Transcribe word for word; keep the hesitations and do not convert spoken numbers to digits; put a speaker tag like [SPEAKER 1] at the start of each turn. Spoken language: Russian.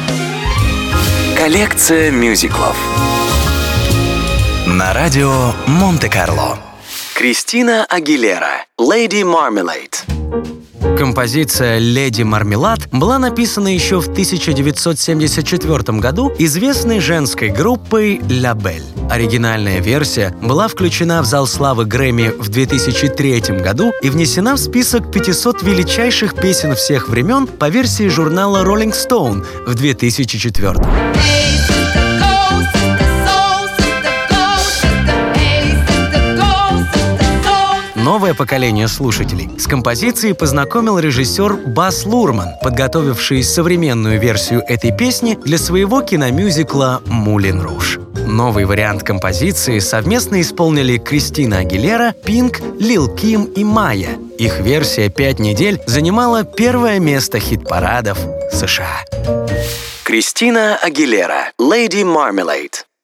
[SPEAKER 1] Коллекция мюзиклов на радио Монте-Карло. Кристина Агилера, Lady Marmalade.
[SPEAKER 2] Композиция «Леди Мармелад» была написана еще в тысяча девятьсот семьдесят четвёртом году известной женской группой «Ля Бель». Оригинальная версия была включена в зал славы Грэмми в две тысячи третьем году и внесена в список пятисот величайших песен всех времен по версии журнала Rolling Stone в две тысячи четвёртом. Новое поколение слушателей с композицией познакомил режиссер Бас Лурман, подготовивший современную версию этой песни для своего киномюзикла «Мулен Руж». Новый вариант композиции совместно исполнили Кристина Агилера, Пинк, Лил Ким и Майя. Их версия пять недель занимала первое место хит-парадов США.
[SPEAKER 1] Кристина Агилера, Lady Marmalade.